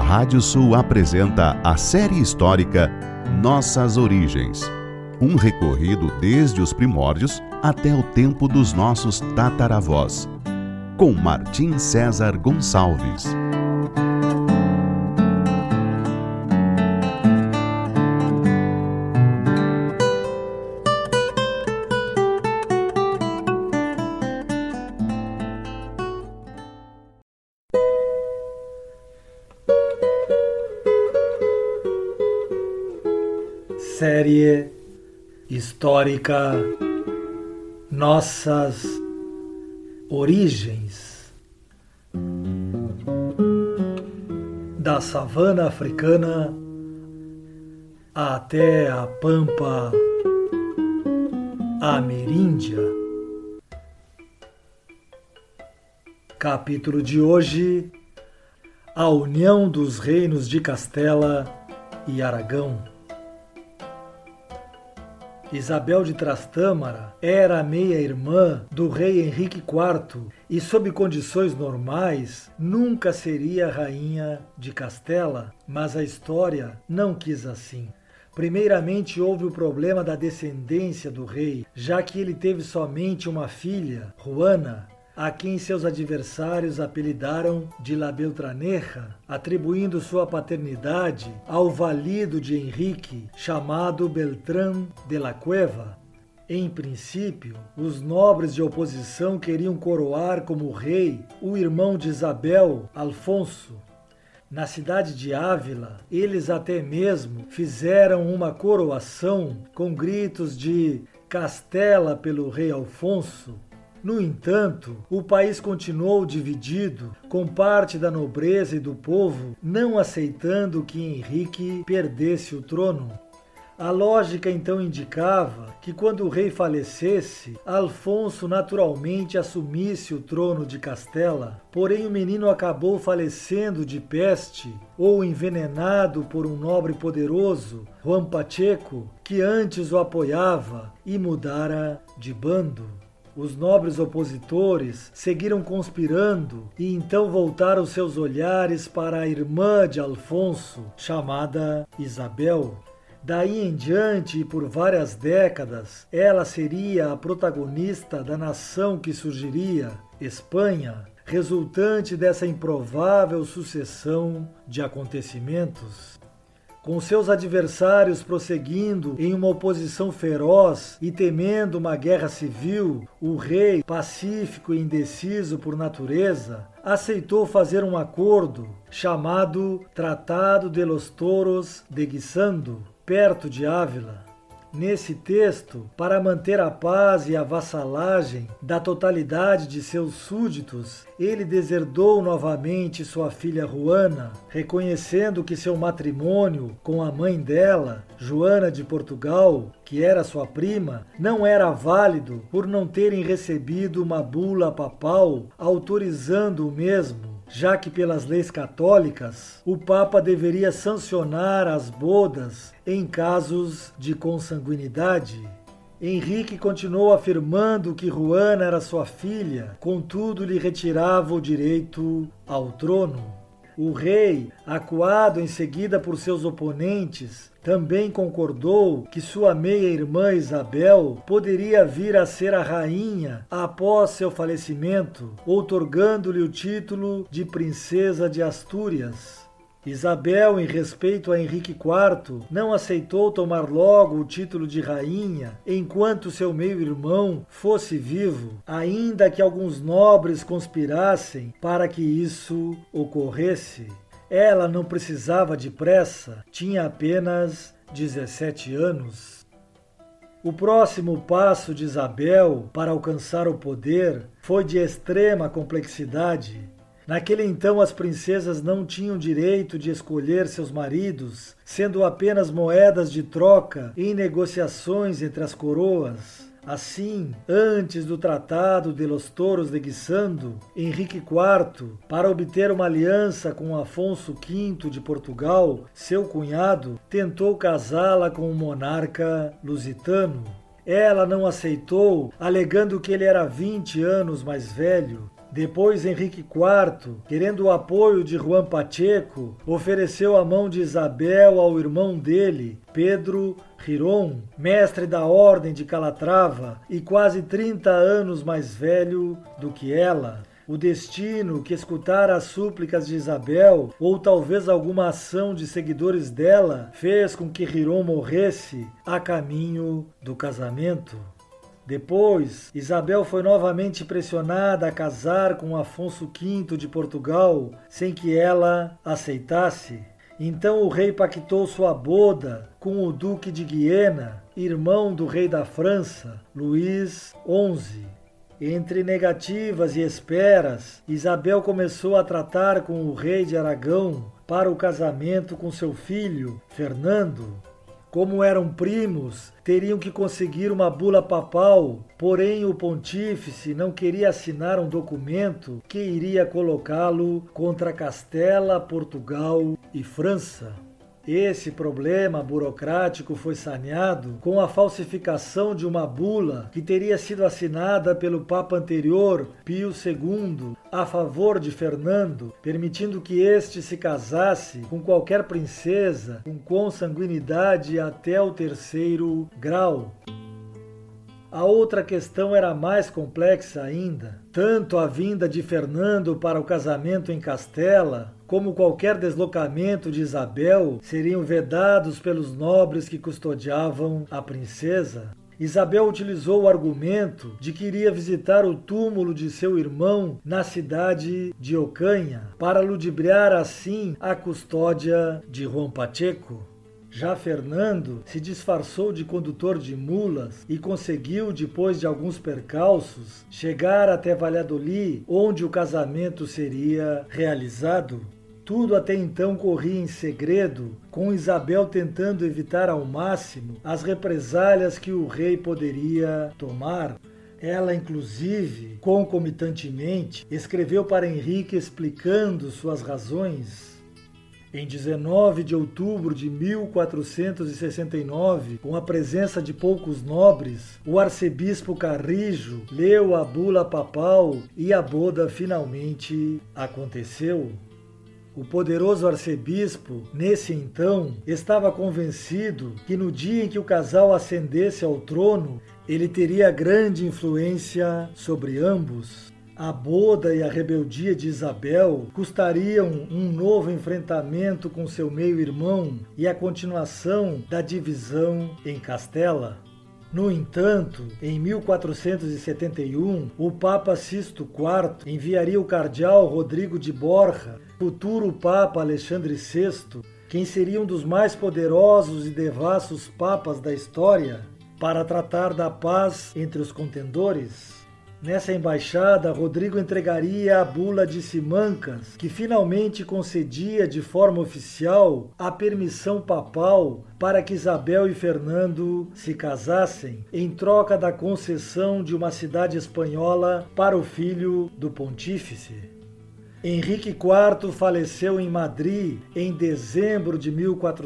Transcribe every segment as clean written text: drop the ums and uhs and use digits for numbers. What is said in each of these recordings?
Rádio Sul apresenta a série histórica Nossas Origens. Um recorrido desde os primórdios até o tempo dos nossos tataravós. Com Martim César Gonçalves. Série histórica Nossas Origens. Da savana africana até a pampa ameríndia. Capítulo de hoje: a união dos reinos de Castela e Aragão. Isabel de Trastâmara era a meia-irmã do rei Henrique IV e, sob condições normais, nunca seria rainha de Castela, mas a história não quis assim. Primeiramente, houve o problema da descendência do rei, já que ele teve somente uma filha, Juana, a quem seus adversários apelidaram de La Beltraneja, atribuindo sua paternidade ao valido de Henrique, chamado Beltrán de la Cueva. Em princípio, os nobres de oposição queriam coroar como rei o irmão de Isabel, Alfonso. Na cidade de Ávila, eles até mesmo fizeram uma coroação com gritos de Castela pelo rei Alfonso. No entanto, o país continuou dividido, com parte da nobreza e do povo não aceitando que Henrique perdesse o trono. A lógica então indicava que quando o rei falecesse, Alfonso naturalmente assumisse o trono de Castela, porém o menino acabou falecendo de peste ou envenenado por um nobre poderoso, Juan Pacheco, que antes o apoiava e mudara de bando. Os nobres opositores seguiram conspirando e então voltaram seus olhares para a irmã de Alfonso, chamada Isabel. Daí em diante e por várias décadas, ela seria a protagonista da nação que surgiria, Espanha, resultante dessa improvável sucessão de acontecimentos. Com seus adversários prosseguindo em uma oposição feroz e temendo uma guerra civil, o rei, pacífico e indeciso por natureza, aceitou fazer um acordo chamado Tratado de los Toros de Guisando, perto de Ávila. Nesse texto, para manter a paz e a vassalagem da totalidade de seus súditos, ele deserdou novamente sua filha Juana, reconhecendo que seu matrimônio com a mãe dela, Joana de Portugal, que era sua prima, não era válido por não terem recebido uma bula papal autorizando o mesmo, já que pelas leis católicas o Papa deveria sancionar as bodas em casos de consanguinidade. Henrique continuou afirmando que Juana era sua filha, contudo lhe retirava o direito ao trono. O rei, acuado em seguida por seus oponentes, também concordou que sua meia-irmã Isabel poderia vir a ser a rainha após seu falecimento, outorgando-lhe o título de Princesa de Astúrias. Isabel, em respeito a Henrique IV, não aceitou tomar logo o título de rainha enquanto seu meio-irmão fosse vivo, ainda que alguns nobres conspirassem para que isso ocorresse. Ela não precisava de pressa, tinha apenas 17 anos. O próximo passo de Isabel para alcançar o poder foi de extrema complexidade. Naquele então, as princesas não tinham direito de escolher seus maridos, sendo apenas moedas de troca em negociações entre as coroas. Assim, antes do Tratado de los Toros de Guisando, Henrique IV, para obter uma aliança com Afonso V de Portugal, seu cunhado, tentou casá-la com um monarca lusitano. Ela não aceitou, alegando que ele era 20 anos mais velho. Depois Henrique IV, querendo o apoio de Juan Pacheco, ofereceu a mão de Isabel ao irmão dele, Pedro Girón, mestre da Ordem de Calatrava e quase 30 anos mais velho do que ela. O destino que escutara as súplicas de Isabel, ou talvez alguma ação de seguidores dela, fez com que Girón morresse a caminho do casamento. Depois, Isabel foi novamente pressionada a casar com Afonso V de Portugal, sem que ela aceitasse. Então o rei pactou sua boda com o Duque de Guiena, irmão do rei da França, Luís XI. Entre negativas e esperas, Isabel começou a tratar com o rei de Aragão para o casamento com seu filho, Fernando. Como eram primos, teriam que conseguir uma bula papal, porém o pontífice não queria assinar um documento que iria colocá-lo contra Castela, Portugal e França. Esse problema burocrático foi saneado com a falsificação de uma bula que teria sido assinada pelo Papa anterior, Pio II, a favor de Fernando, permitindo que este se casasse com qualquer princesa com consanguinidade até o 3º grau. A outra questão era mais complexa ainda. Tanto a vinda de Fernando para o casamento em Castela, como qualquer deslocamento de Isabel, seriam vedados pelos nobres que custodiavam a princesa. Isabel utilizou o argumento de que iria visitar o túmulo de seu irmão na cidade de Ocanha, para ludibriar assim a custódia de Juan Pacheco. Já Fernando se disfarçou de condutor de mulas e conseguiu, depois de alguns percalços, chegar até Valladolid, onde o casamento seria realizado. Tudo até então corria em segredo, com Isabel tentando evitar ao máximo as represálias que o rei poderia tomar. Ela, inclusive, concomitantemente, escreveu para Henrique explicando suas razões. Em 19 de outubro de 1469, com a presença de poucos nobres, o arcebispo Carrijo leu a bula papal e a boda finalmente aconteceu. O poderoso arcebispo, nesse então, estava convencido que no dia em que o casal ascendesse ao trono, ele teria grande influência sobre ambos. A boda e a rebeldia de Isabel custariam um novo enfrentamento com seu meio-irmão e a continuação da divisão em Castela. No entanto, em 1471, o Papa Sisto IV enviaria o cardeal Rodrigo de Borja, futuro Papa Alexandre VI, quem seria um dos mais poderosos e devassos papas da história, para tratar da paz entre os contendores. Nessa embaixada, Rodrigo entregaria a bula de Simancas, que finalmente concedia de forma oficial a permissão papal para que Isabel e Fernando se casassem, em troca da concessão de uma cidade espanhola para o filho do pontífice. Henrique IV faleceu em Madrid em dezembro de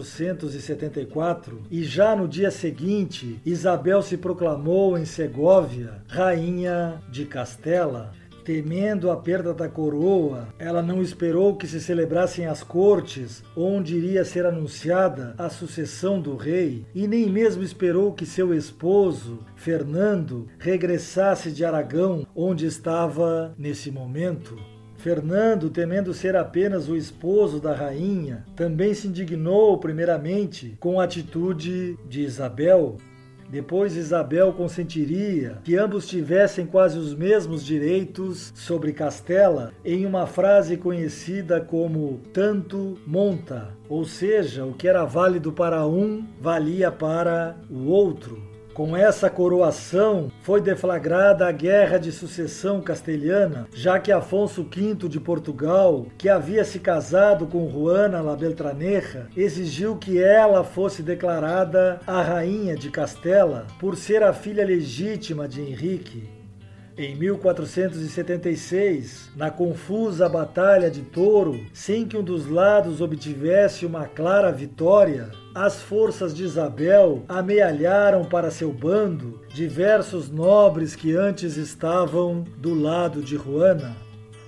1474 e já no dia seguinte, Isabel se proclamou em Segóvia rainha de Castela. Temendo a perda da coroa, ela não esperou que se celebrassem as cortes, onde iria ser anunciada a sucessão do rei, e nem mesmo esperou que seu esposo, Fernando, regressasse de Aragão, onde estava nesse momento. Fernando, temendo ser apenas o esposo da rainha, também se indignou primeiramente com a atitude de Isabel. Depois Isabel consentiria que ambos tivessem quase os mesmos direitos sobre Castela, em uma frase conhecida como tanto monta, ou seja, o que era válido para um, valia para o outro. Com essa coroação, foi deflagrada a Guerra de Sucessão Castelhana, já que Afonso V de Portugal, que havia se casado com Juana la Beltraneja, exigiu que ela fosse declarada a rainha de Castela, por ser a filha legítima de Henrique. Em 1476, na confusa Batalha de Toro, sem que um dos lados obtivesse uma clara vitória, as forças de Isabel amealharam para seu bando diversos nobres que antes estavam do lado de Juana.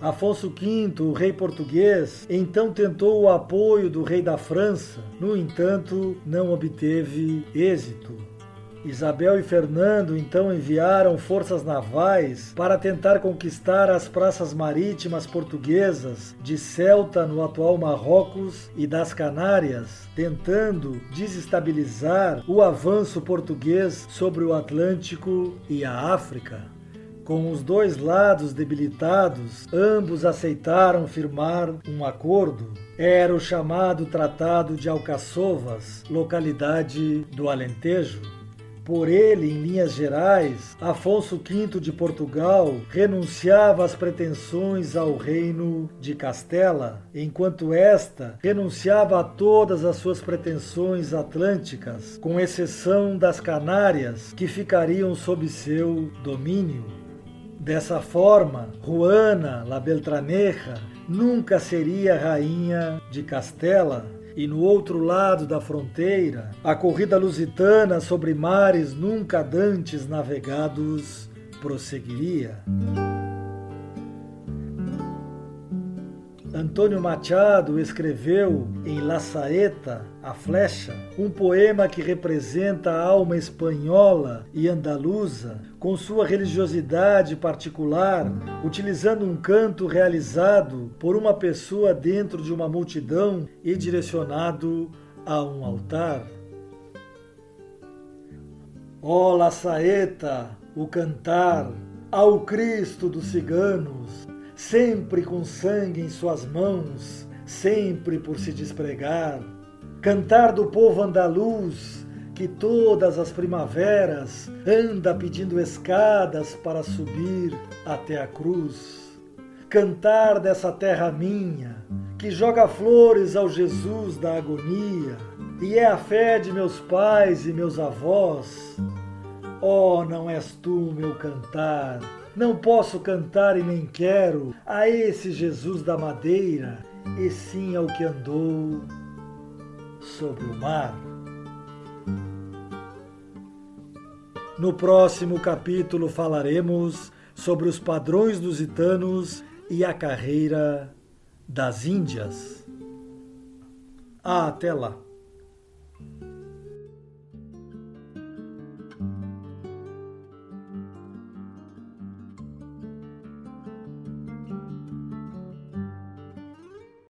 Afonso V, o rei português, então tentou o apoio do rei da França, no entanto, não obteve êxito. Isabel e Fernando então enviaram forças navais para tentar conquistar as praças marítimas portuguesas de Ceuta, no atual Marrocos, e das Canárias, tentando desestabilizar o avanço português sobre o Atlântico e a África. Com os dois lados debilitados, ambos aceitaram firmar um acordo. Era o chamado Tratado de Alcaçovas, localidade do Alentejo. Por ele, em linhas gerais, Afonso V de Portugal renunciava às pretensões ao reino de Castela, enquanto esta renunciava a todas as suas pretensões atlânticas, com exceção das Canárias, que ficariam sob seu domínio. Dessa forma, Juana la Beltraneja nunca seria rainha de Castela, e no outro lado da fronteira, a corrida lusitana sobre mares nunca dantes navegados prosseguiria. Antônio Machado escreveu em La Saeta, a Flecha, um poema que representa a alma espanhola e andaluza, com sua religiosidade particular, utilizando um canto realizado por uma pessoa dentro de uma multidão e direcionado a um altar. Ó La Saeta, o cantar ao Cristo dos ciganos, sempre com sangue em suas mãos, sempre por se despregar. Cantar do povo andaluz, que todas as primaveras anda pedindo escadas para subir até a cruz. Cantar dessa terra minha, que joga flores ao Jesus da agonia, e é a fé de meus pais e meus avós. Oh, não és tu meu cantar, não posso cantar e nem quero a esse Jesus da madeira, e sim ao que andou sobre o mar. No próximo capítulo falaremos sobre os padrões lusitanos e a carreira das Índias. Até lá!